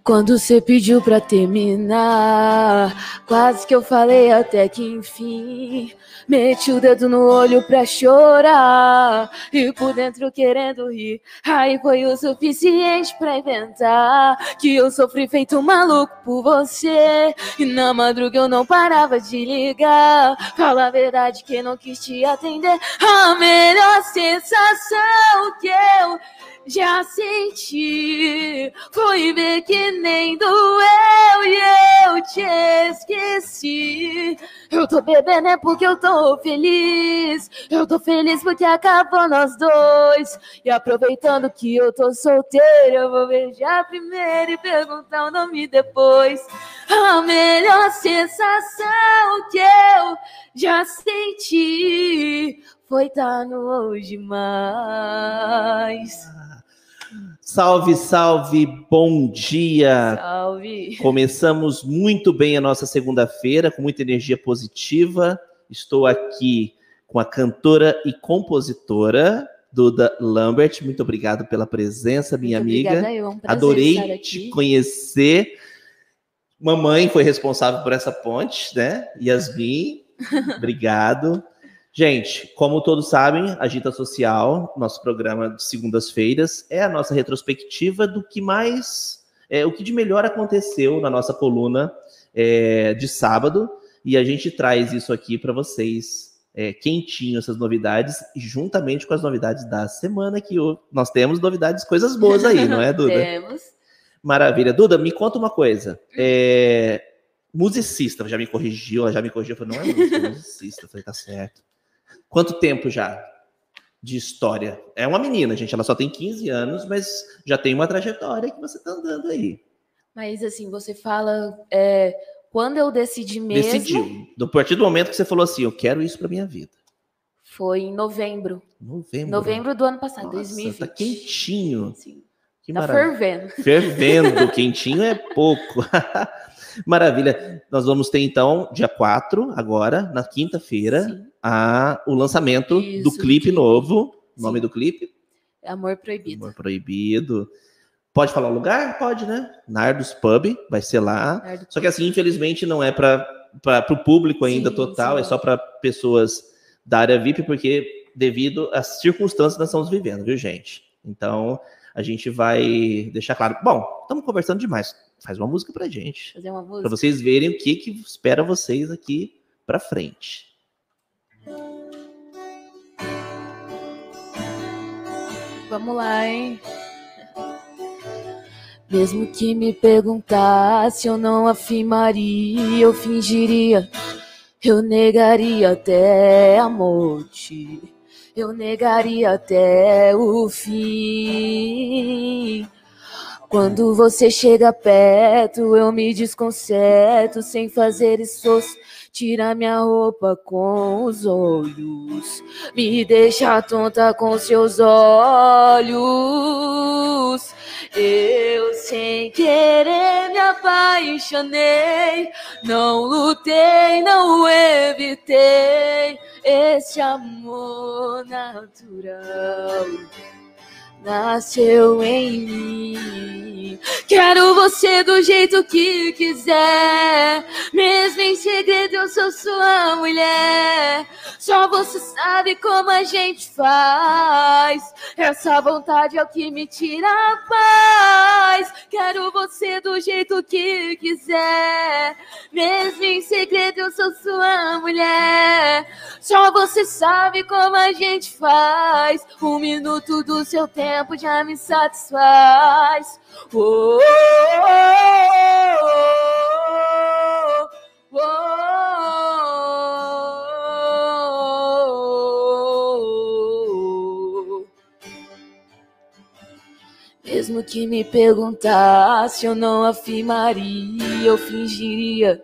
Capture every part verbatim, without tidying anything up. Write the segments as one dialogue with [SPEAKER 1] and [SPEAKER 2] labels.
[SPEAKER 1] Quando você pediu pra terminar, quase que eu falei até que enfim. Meti o dedo no olho pra chorar e por dentro querendo rir. Aí foi o suficiente pra inventar que eu sofri feito um maluco por você. E na madruga eu não parava de ligar. Fala a verdade que eu não quis te atender. A melhor sensação que eu já senti foi ver que nem doeu e eu te esqueci. Eu tô bebendo é porque eu tô feliz. Eu tô feliz porque acabou nós dois. E aproveitando que eu tô solteiro, eu vou beijar primeiro e perguntar o nome depois. A melhor sensação que eu já senti foi estar no Hoje Mais.
[SPEAKER 2] Salve, salve, bom dia!
[SPEAKER 1] Salve!
[SPEAKER 2] Começamos muito bem a nossa segunda-feira, com muita energia positiva. Estou aqui com a cantora e compositora Duda Lambert. Muito obrigado pela presença, minha
[SPEAKER 1] muito
[SPEAKER 2] amiga.
[SPEAKER 1] Obrigada, eu. É um prazer
[SPEAKER 2] Adorei
[SPEAKER 1] estar aqui.
[SPEAKER 2] te conhecer. Mamãe foi responsável por essa ponte, né? Yasmin, obrigado. Gente, como todos sabem, Agita Social, nosso programa de segundas-feiras, é a nossa retrospectiva do que mais, é, o que de melhor aconteceu na nossa coluna é, de sábado, e a gente traz isso aqui para vocês, é, quentinho, essas novidades, juntamente com as novidades da semana, que nós temos novidades, coisas boas aí, não é, Duda?
[SPEAKER 1] Temos.
[SPEAKER 2] Maravilha. Duda, me conta uma coisa, é, musicista, já me corrigiu, ela já me corrigiu, eu falei, não é música, é musicista, eu falei, tá certo. Quanto tempo já de história? É uma menina, gente, ela só tem quinze anos, mas já tem uma trajetória que você tá andando aí.
[SPEAKER 1] Mas assim, você fala, é, quando eu decidi mesmo...
[SPEAKER 2] Decidiu. A partir do momento que você falou assim, eu quero isso pra minha vida.
[SPEAKER 1] Foi em novembro.
[SPEAKER 2] Novembro.
[SPEAKER 1] Novembro do ano passado,
[SPEAKER 2] Nossa,
[SPEAKER 1] dois mil e vinte.
[SPEAKER 2] Tá quentinho.
[SPEAKER 1] Sim.
[SPEAKER 2] Que
[SPEAKER 1] tá
[SPEAKER 2] maravilha.
[SPEAKER 1] fervendo.
[SPEAKER 2] Fervendo, quentinho é pouco. Maravilha. Nós vamos ter, então, dia quatro, agora, na quinta-feira, a, o lançamento
[SPEAKER 1] Isso,
[SPEAKER 2] do clipe
[SPEAKER 1] que...
[SPEAKER 2] novo. O nome do clipe?
[SPEAKER 1] Amor Proibido.
[SPEAKER 2] Amor Proibido. Pode falar o lugar? Pode, né? Nardos Pub, vai ser lá. Nardo Só que assim, infelizmente, não é para o público ainda sim, total, sim. É só para pessoas da área V I P, porque devido às circunstâncias que nós estamos vivendo, viu, gente? Então, a gente vai deixar claro. Bom, estamos conversando demais. Faz uma música pra gente.
[SPEAKER 1] Fazer uma música.
[SPEAKER 2] Pra vocês verem o que, que espera vocês aqui pra frente.
[SPEAKER 1] Vamos lá, hein? Mesmo que me perguntasse, eu não afirmaria, eu fingiria, eu negaria até a morte, eu negaria até o fim. Quando você chega perto, eu me desconcerto, sem fazer esforço, tira minha roupa com os olhos, me deixa tonta com seus olhos. Eu sem querer me apaixonei, não lutei, não evitei esse amor natural. Nasceu em mim. Quero você do jeito que quiser, mesmo em segredo eu sou sua mulher. Só você sabe como a gente faz, essa vontade é o que me tira a paz. Quero você do jeito que quiser, mesmo em segredo eu sou sua mulher. Só você sabe como a gente faz, um minuto do seu tempo já me satisfaz. Oh, oh, oh, oh, oh. Mesmo que me perguntasse, eu não afirmaria, eu fingiria.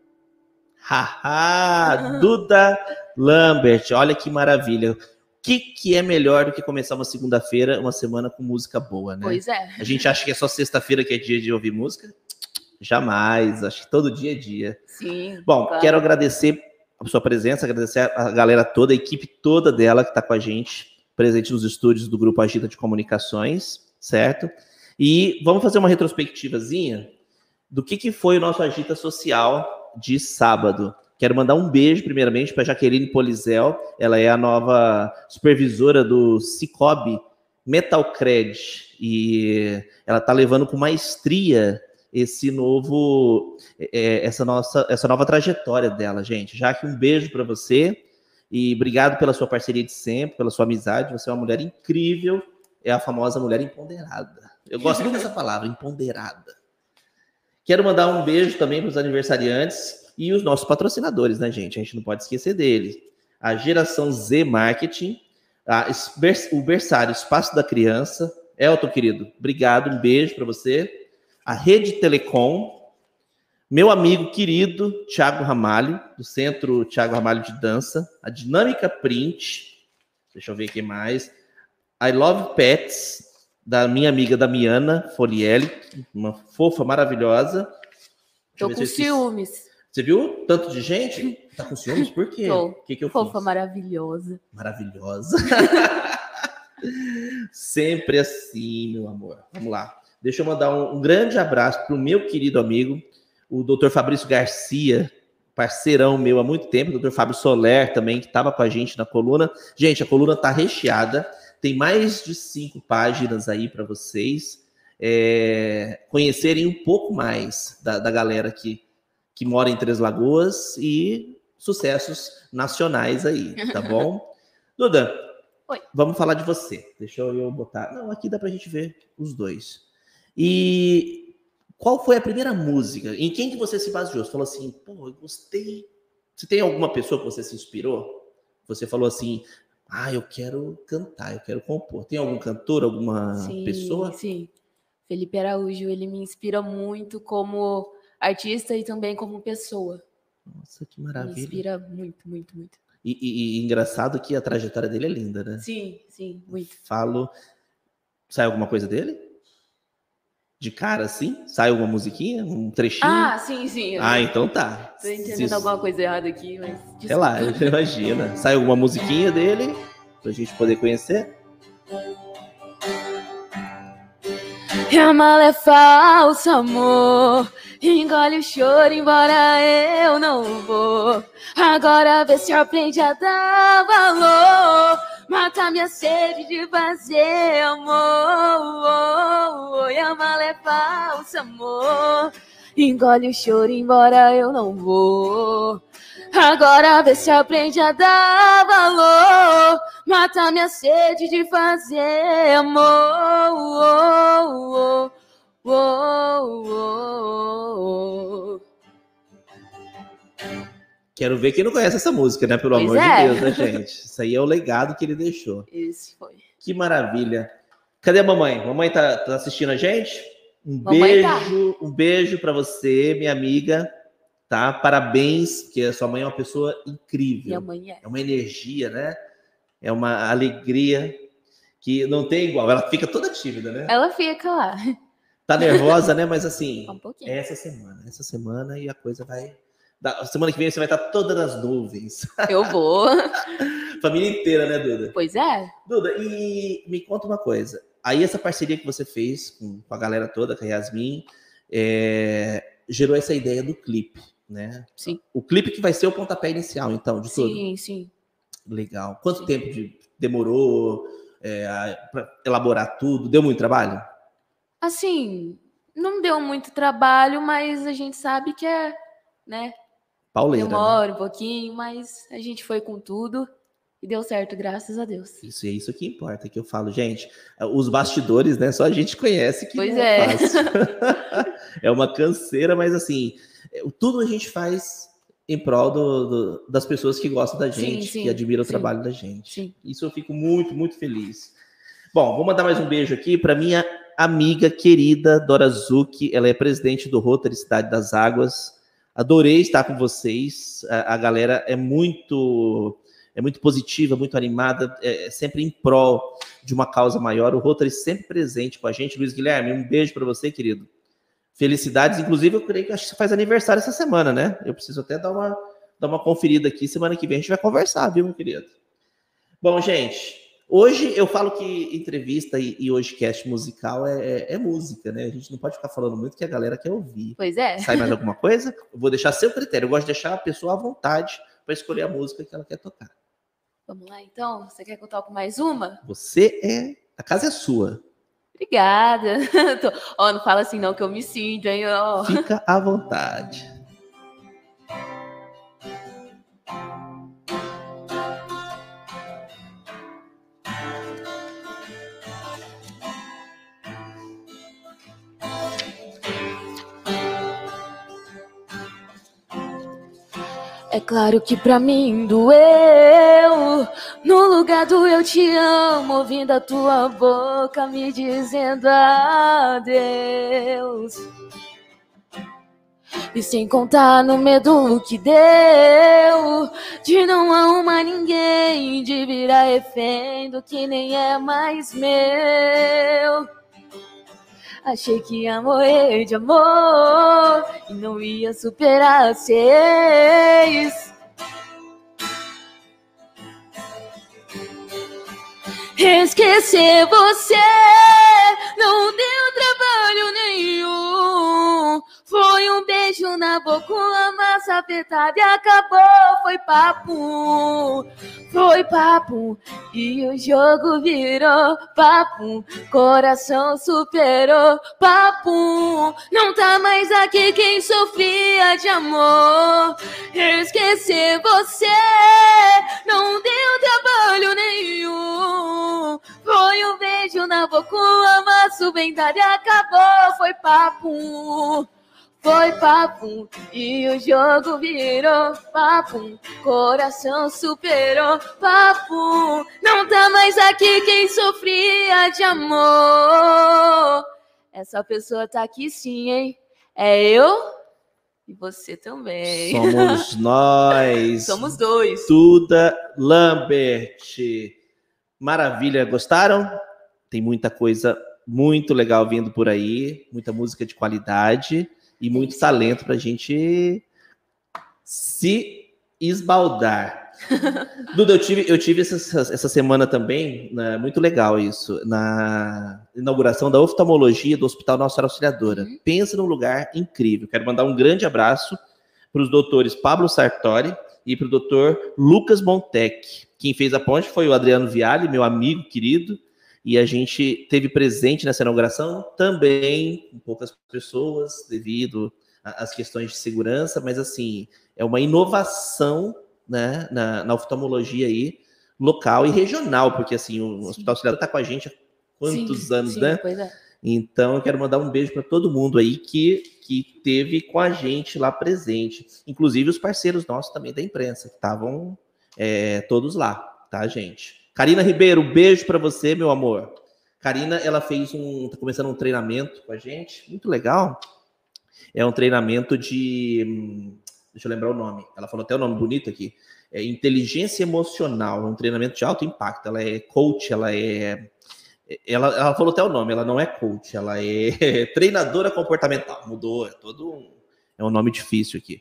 [SPEAKER 2] Haha, Duda Lambert, olha que maravilha. O que, que é melhor do que começar uma segunda-feira, uma semana com música boa, né?
[SPEAKER 1] Pois é.
[SPEAKER 2] A gente acha que é só sexta-feira que é dia de ouvir música? Jamais, acho que todo dia é dia.
[SPEAKER 1] Sim.
[SPEAKER 2] Bom,
[SPEAKER 1] claro.
[SPEAKER 2] Quero agradecer a sua presença, agradecer a galera toda, a equipe toda dela que está com a gente, presente nos estúdios do Grupo Agita de Comunicações, certo? E vamos fazer uma retrospectivazinha do que, que foi o nosso Agita Social de sábado. Quero mandar um beijo, primeiramente, para Jaqueline Polizel. Ela é a nova supervisora do Cicobi Metalcred. E ela está levando com maestria esse novo, é, essa, nossa, essa nova trajetória dela, gente. Jaque, um beijo para você. E obrigado pela sua parceria de sempre, pela sua amizade. Você é uma mulher incrível. É a famosa mulher empoderada. Eu gosto muito dessa palavra, empoderada. Quero mandar um beijo também para os aniversariantes e os nossos patrocinadores, né, gente? A gente não pode esquecer deles. A Geração Z Marketing, a, o Berçário Espaço da Criança. Elton, querido, obrigado, um beijo para você. A Rede Telecom, meu amigo querido Thiago Ramalho, do Centro Thiago Ramalho de Dança. A Dinâmica Print, deixa eu ver aqui mais. I Love Pets, da minha amiga Damiana Folielli, uma fofa maravilhosa.
[SPEAKER 1] Tô com ciúmes.
[SPEAKER 2] Fiz... Você viu tanto de gente? Tá com ciúmes? Por quê?
[SPEAKER 1] Tô.
[SPEAKER 2] O que, que eu
[SPEAKER 1] fofa
[SPEAKER 2] fiz?
[SPEAKER 1] maravilhosa.
[SPEAKER 2] Maravilhosa. Sempre assim, meu amor. Vamos lá. Deixa eu mandar um, um grande abraço para o meu querido amigo, o doutor Fabrício Garcia, parceirão meu há muito tempo, o doutor Fábio Soler também, que estava com a gente na coluna. Gente, a coluna tá recheada. Tem mais de cinco páginas aí para vocês é, conhecerem um pouco mais da, da galera que, que mora em Três Lagoas e sucessos nacionais aí, tá bom? Duda,
[SPEAKER 1] Oi.
[SPEAKER 2] Vamos falar de você. Deixa eu botar... Não, aqui dá pra gente ver os dois. E qual foi a primeira música? Em quem que você se baseou? Você falou assim, pô, eu gostei. Você tem alguma pessoa que você se inspirou? Você falou assim... Ah, eu quero cantar, eu quero compor. Tem algum cantor, alguma
[SPEAKER 1] sim,
[SPEAKER 2] pessoa?
[SPEAKER 1] Sim, Felipe Araújo, ele me inspira muito como artista e também como pessoa.
[SPEAKER 2] Nossa, que maravilha.
[SPEAKER 1] Me inspira muito, muito, muito.
[SPEAKER 2] E, e, e engraçado que a trajetória dele é linda, né?
[SPEAKER 1] Sim, sim, muito.
[SPEAKER 2] Falo... Sai alguma coisa dele? De cara, assim? Sai alguma musiquinha? Um trechinho?
[SPEAKER 1] Ah, sim, sim.
[SPEAKER 2] Ah, então tá.
[SPEAKER 1] Tô entendendo Se... alguma coisa errada aqui, mas...
[SPEAKER 2] Desculpa. Relaxa, imagina. Sai alguma musiquinha dele pra gente poder conhecer?
[SPEAKER 1] E a mala é falsa, amor. Engole o choro, embora eu não vou. Agora vê se aprende a dar valor. Mata minha sede de fazer amor. E a mala é falsa, amor. Engole o choro, embora eu não vou. Agora vê se aprende a dar valor. Mata minha sede de fazer amor. Oh, oh, oh, oh.
[SPEAKER 2] Quero ver quem não conhece essa música, né? Pelo pois amor é. de Deus, né, gente? Isso aí é o legado que ele deixou.
[SPEAKER 1] Esse foi.
[SPEAKER 2] Que maravilha. Cadê a mamãe? Mamãe tá, tá assistindo a gente? Um
[SPEAKER 1] mamãe
[SPEAKER 2] beijo,
[SPEAKER 1] tá.
[SPEAKER 2] um beijo para você, minha amiga. Tá? Parabéns, porque a sua mãe é uma pessoa incrível.
[SPEAKER 1] Minha mãe é.
[SPEAKER 2] É uma energia, né? É uma alegria que não tem igual. Ela fica toda tímida, né?
[SPEAKER 1] Ela fica lá.
[SPEAKER 2] Tá nervosa, né? Mas assim,
[SPEAKER 1] um pouquinho.
[SPEAKER 2] É essa semana, essa semana e a coisa vai... Da semana que vem você vai estar toda nas nuvens.
[SPEAKER 1] Eu vou.
[SPEAKER 2] Família inteira, né, Duda?
[SPEAKER 1] Pois é.
[SPEAKER 2] Duda, e me conta uma coisa. Aí essa parceria que você fez com, com a galera toda, com a Yasmin, é, gerou essa ideia do clipe, né?
[SPEAKER 1] Sim.
[SPEAKER 2] O clipe que vai ser o pontapé inicial, então, de tudo.
[SPEAKER 1] Sim, sim.
[SPEAKER 2] Legal. Quanto
[SPEAKER 1] sim.
[SPEAKER 2] tempo de, demorou é, para elaborar tudo? Deu muito trabalho?
[SPEAKER 1] Assim, não deu muito trabalho, mas a gente sabe que é, né?
[SPEAKER 2] Pauleira,
[SPEAKER 1] demora
[SPEAKER 2] né?
[SPEAKER 1] um pouquinho, mas a gente foi com tudo e deu certo, graças a Deus.
[SPEAKER 2] Isso é isso que importa, que eu falo, gente, os bastidores, né, só a gente conhece que
[SPEAKER 1] pois
[SPEAKER 2] não é,
[SPEAKER 1] é.
[SPEAKER 2] fácil. É uma canseira, mas assim, tudo a gente faz em prol do, do, das pessoas que gostam da gente, sim, sim, que admiram sim, o trabalho da gente.
[SPEAKER 1] Sim.
[SPEAKER 2] Isso eu fico muito, muito feliz. Bom, vou mandar mais um beijo aqui para minha amiga querida Dora Zucchi, ela é presidente do Rotary Cidade das Águas. Adorei estar com vocês. A, a galera é muito, é muito positiva, muito animada, é, é sempre em prol de uma causa maior. O Rotary sempre presente com a gente. Luiz Guilherme, um beijo para você, querido. Felicidades. Inclusive, eu creio que acho que você faz aniversário essa semana, né? Eu preciso até dar uma, dar uma conferida aqui. Semana que vem a gente vai conversar, viu, meu querido? Bom, gente, Hoje eu falo que entrevista e, e hoje cast musical é, é, é música, né? A gente não pode ficar falando muito que a galera quer ouvir.
[SPEAKER 1] Pois é.
[SPEAKER 2] Sai mais alguma coisa? Eu vou deixar seu critério. Eu gosto de deixar a pessoa à vontade para escolher a música que ela quer tocar.
[SPEAKER 1] Vamos lá, então? Você quer que eu toque mais uma?
[SPEAKER 2] Você é... A casa é sua.
[SPEAKER 1] Obrigada. Ó, oh, não fala assim não que eu me sinto, hein? Oh.
[SPEAKER 2] Fica à vontade.
[SPEAKER 1] É claro que pra mim doeu, no lugar do eu te amo, ouvindo a tua boca me dizendo adeus. E sem contar no medo que deu, de não arrumar ninguém, de virar refém do que nem é mais meu. Achei que ia morrer de amor e não ia superar seis. Esquecer você não deu trabalho nenhum. Foi um beijo na boca, uma massa apertada e acabou. Foi papo, foi papo. E o jogo virou papo. Coração superou papo. Não tá mais aqui quem sofria de amor. Esquecer você não deu trabalho nenhum. Foi um beijo na boca, uma massa bem dada e acabou. Foi papo. Foi papo, e o jogo virou papo. Coração superou papo. Não tá mais aqui quem sofria de amor. Essa pessoa tá aqui sim, hein? É eu e você também.
[SPEAKER 2] Somos nós.
[SPEAKER 1] Somos dois.
[SPEAKER 2] Duda Lambert. Maravilha, gostaram? Tem muita coisa muito legal vindo por aí. Muita música de qualidade. E muito talento pra gente se esbaldar. Duda, eu tive, eu tive essa, essa semana também, né, muito legal isso, na inauguração da oftalmologia do Hospital Nossa Senhora Auxiliadora. Uhum. Pensa num lugar incrível. Quero mandar um grande abraço para os doutores Pablo Sartori e para o doutor Lucas Montec. Quem fez a ponte foi o Adriano Viale, meu amigo querido. E a gente teve presente nessa inauguração também com poucas pessoas devido às questões de segurança, mas assim, é uma inovação, né, na, na oftalmologia aí, local e regional, porque assim, o sim. Hospital Auxiliadora está com a gente há quantos sim, anos, sim, né? Pois é. Então eu quero mandar um beijo para todo mundo aí que, que teve com a gente lá presente, inclusive os parceiros nossos também da imprensa, que estavam é, todos lá, tá, gente? Karina Ribeiro, beijo para você, meu amor. Karina, ela fez um, tá começando um treinamento com a gente, muito legal. É um treinamento de, deixa eu lembrar o nome. Ela falou até o nome bonito aqui. É inteligência emocional, um treinamento de alto impacto. Ela é coach, ela é, ela, ela falou até o nome. Ela não é coach, ela é treinadora comportamental. Mudou, é todo um, é um nome difícil aqui.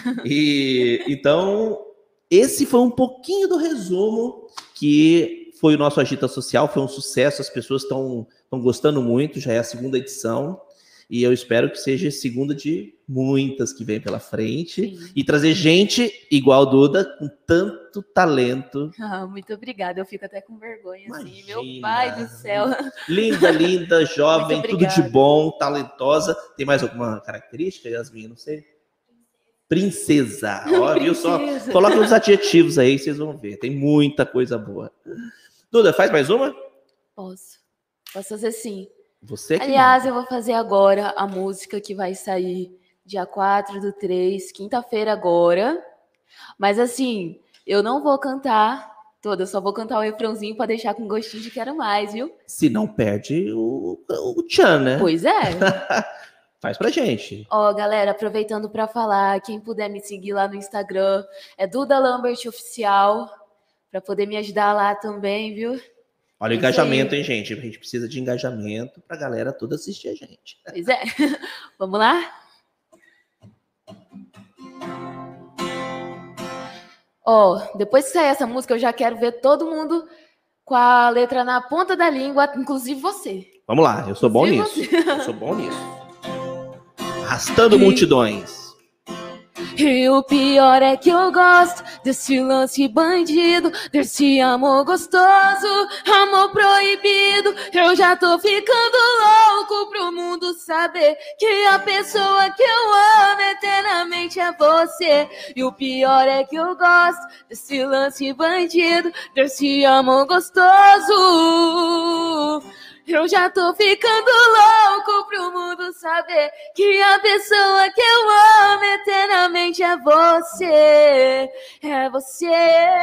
[SPEAKER 2] E então esse foi um pouquinho do resumo que foi o nosso Agita Social, foi um sucesso, as pessoas estão gostando muito, já é a segunda edição, e eu espero que seja a segunda de muitas que vem pela frente, sim, e trazer gente igual Duda, com tanto talento.
[SPEAKER 1] Ah, muito obrigada, eu fico até com vergonha, imagina, assim, meu pai do céu.
[SPEAKER 2] Linda, linda, jovem, tudo de bom, talentosa. Tem mais alguma característica, Yasmin? Não sei. Princesa, ó, viu só? Coloca uns adjetivos aí, vocês vão ver. Tem muita coisa boa. Duda, faz mais uma?
[SPEAKER 1] Posso. Posso fazer sim.
[SPEAKER 2] Você que
[SPEAKER 1] Aliás,
[SPEAKER 2] manda.
[SPEAKER 1] Eu vou fazer agora a música que vai sair dia quatro do três, quinta-feira agora. Mas assim, eu não vou cantar toda, eu só vou cantar o refrãozinho para deixar com gostinho de quero mais, viu?
[SPEAKER 2] Se não perde o, o tchan, né?
[SPEAKER 1] Pois é.
[SPEAKER 2] Faz pra gente.
[SPEAKER 1] Ó, oh, galera, aproveitando para falar, quem puder me seguir lá no Instagram, é Duda Lambert Oficial, para poder me ajudar lá também, viu?
[SPEAKER 2] Olha o engajamento, hein, gente? A gente precisa de engajamento pra galera toda assistir a gente.
[SPEAKER 1] Pois é. Vamos lá? Ó, oh, depois que sair essa música, eu já quero ver todo mundo com a letra na ponta da língua, inclusive você.
[SPEAKER 2] Vamos lá, eu sou bom nisso. Eu sou bom nisso. Arrastando e... multidões.
[SPEAKER 1] E o pior é que eu gosto desse lance bandido, desse amor gostoso, amor proibido. Eu já tô ficando louco pro mundo saber que a pessoa que eu amo eternamente é você. E o pior é que eu gosto desse lance bandido, desse amor gostoso. Eu já tô ficando louco pro mundo saber que a pessoa que eu amo eternamente é você. É você.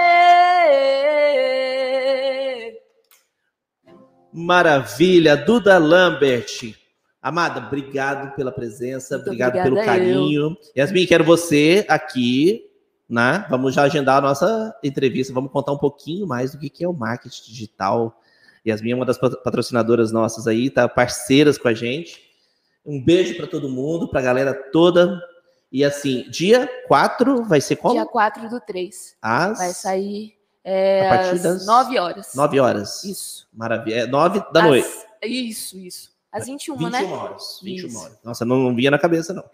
[SPEAKER 2] Maravilha, Duda Lambert. Amada, obrigado pela presença, muito obrigado pelo carinho. Eu. Yasmin, quero você aqui, né? Vamos já agendar a nossa entrevista, vamos contar um pouquinho mais do que é o marketing digital. Yasmin é uma das patrocinadoras nossas aí, tá parceiras com a gente. Um beijo para todo mundo, para a galera toda. E assim, dia quatro vai ser como?
[SPEAKER 1] Dia quatro do três.
[SPEAKER 2] Às...
[SPEAKER 1] Vai sair é,
[SPEAKER 2] a partir
[SPEAKER 1] às
[SPEAKER 2] das
[SPEAKER 1] nove horas.
[SPEAKER 2] nove horas.
[SPEAKER 1] Isso.
[SPEAKER 2] Maravilha. É nove da
[SPEAKER 1] Às...
[SPEAKER 2] noite.
[SPEAKER 1] Isso, isso. Às vinte e uma,
[SPEAKER 2] vinte e uma
[SPEAKER 1] né?
[SPEAKER 2] horas. vinte e uma
[SPEAKER 1] isso.
[SPEAKER 2] horas. Nossa, não, não vinha na cabeça, não.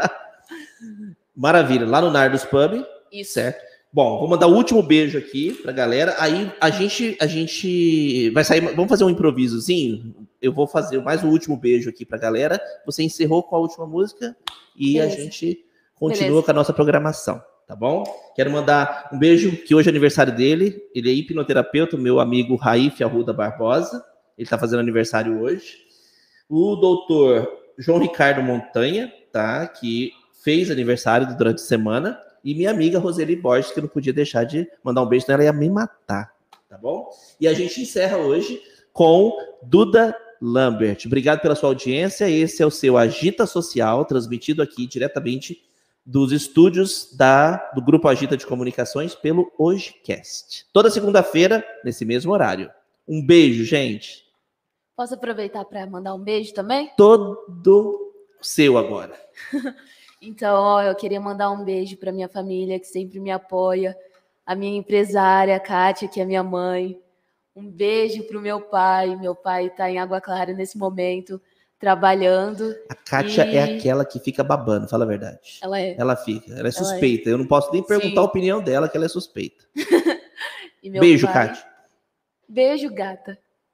[SPEAKER 2] Maravilha. Lá no Nardos Pub.
[SPEAKER 1] Isso.
[SPEAKER 2] Certo. Bom, vou mandar o último beijo aqui pra galera. Aí a gente, a gente vai sair. Vamos fazer um improvisozinho? Eu vou fazer mais o último beijo aqui pra galera. Você encerrou com a última música e Beleza. A gente continua Beleza. Com a nossa programação, tá bom? Quero mandar um beijo, que hoje é aniversário dele. Ele é hipnoterapeuta, meu amigo Raif Arruda Barbosa. Ele tá fazendo aniversário hoje. O doutor João Ricardo Montanha, tá? Que fez aniversário durante a semana. E minha amiga Roseli Borges, que eu não podia deixar de mandar um beijo nela, ia me matar, tá bom? E a gente encerra hoje com Duda Lambert. Obrigado pela sua audiência. Esse é o seu Agita Social, transmitido aqui diretamente dos estúdios da, do Grupo Agita de Comunicações pelo HojeCast. Toda segunda-feira, nesse mesmo horário. Um beijo, gente.
[SPEAKER 1] Posso aproveitar para mandar um beijo também?
[SPEAKER 2] Todo seu agora.
[SPEAKER 1] Então, ó, eu queria mandar um beijo para minha família, que sempre me apoia, a minha empresária, a Kátia, que é minha mãe. Um beijo para o meu pai. Meu pai está em Água Clara nesse momento, trabalhando.
[SPEAKER 2] A Kátia
[SPEAKER 1] e...
[SPEAKER 2] é aquela que fica babando, fala a verdade.
[SPEAKER 1] Ela é.
[SPEAKER 2] Ela fica, ela é suspeita.
[SPEAKER 1] Ela é.
[SPEAKER 2] Eu não posso nem perguntar
[SPEAKER 1] Sim.
[SPEAKER 2] a opinião dela, que ela é suspeita.
[SPEAKER 1] Beijo,
[SPEAKER 2] pai... Kátia.
[SPEAKER 1] Beijo, gata.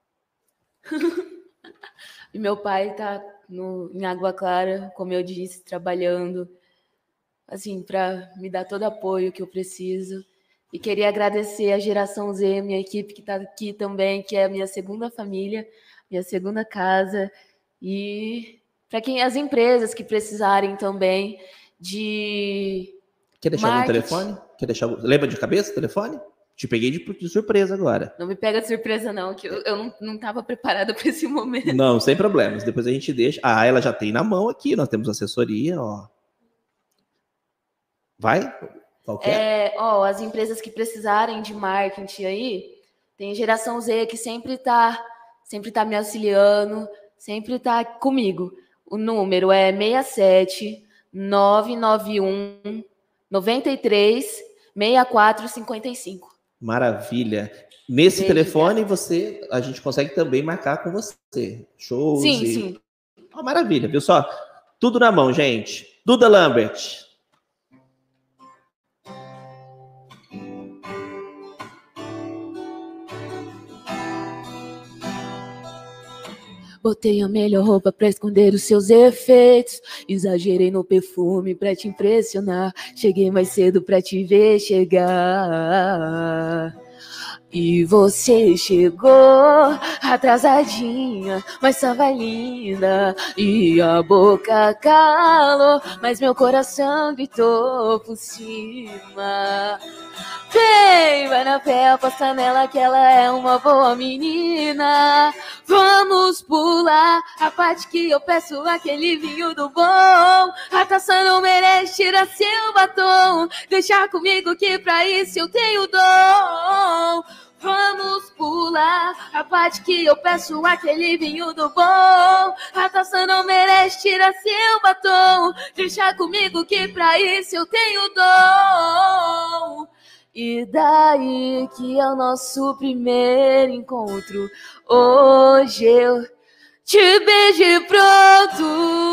[SPEAKER 1] E meu pai está No, em Água Clara, como eu disse, trabalhando, assim, para me dar todo o apoio que eu preciso. E queria agradecer a Geração Z, minha equipe que está aqui também, que é a minha segunda família, minha segunda casa. E para quem as empresas que precisarem também de
[SPEAKER 2] Quer deixar
[SPEAKER 1] marketing.
[SPEAKER 2] algum telefone? Quer deixar... Lembra de cabeça o telefone? Te peguei de, de surpresa agora.
[SPEAKER 1] Não me pega de surpresa, não, que eu, eu não, não tava preparada para esse momento.
[SPEAKER 2] Não, sem problemas. Depois a gente deixa. Ah, ela já tem na mão aqui. Nós temos assessoria, ó. Vai? Qualquer?
[SPEAKER 1] É, ó, as empresas que precisarem de marketing aí, tem Geração Z que sempre tá, sempre tá me auxiliando, sempre tá comigo. O número é seis sete nove nove um nove três seis quatro cinco cinco.
[SPEAKER 2] Maravilha. Nesse
[SPEAKER 1] Beijo,
[SPEAKER 2] telefone,
[SPEAKER 1] cara.
[SPEAKER 2] você, a gente consegue também marcar com você. Shows.
[SPEAKER 1] Sim,
[SPEAKER 2] e...
[SPEAKER 1] sim.
[SPEAKER 2] Oh, maravilha, viu só? Tudo na mão, gente. Duda Lambert.
[SPEAKER 1] Botei a melhor roupa pra esconder os seus efeitos. Exagerei no perfume pra te impressionar. Cheguei mais cedo pra te ver chegar. E você chegou atrasadinha, mas tava linda. E a boca calou, mas meu coração gritou por cima. Vem, vai na fé, aposta nela que ela é uma boa menina. Vamos pular a parte que eu peço aquele vinho do bom. A taça não merece tirar seu batom. Deixa comigo que pra isso eu tenho dom. Vamos pular a parte que eu peço aquele vinho do bom. A taça não merece tirar seu batom. Deixa comigo que pra isso eu tenho dom. E daí que é o nosso primeiro encontro. Hoje eu te beijo e pronto.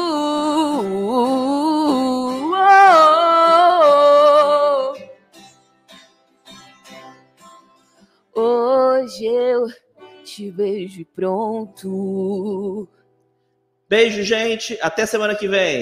[SPEAKER 1] Hoje eu te beijo e pronto.
[SPEAKER 2] Beijo, gente. Até semana que vem.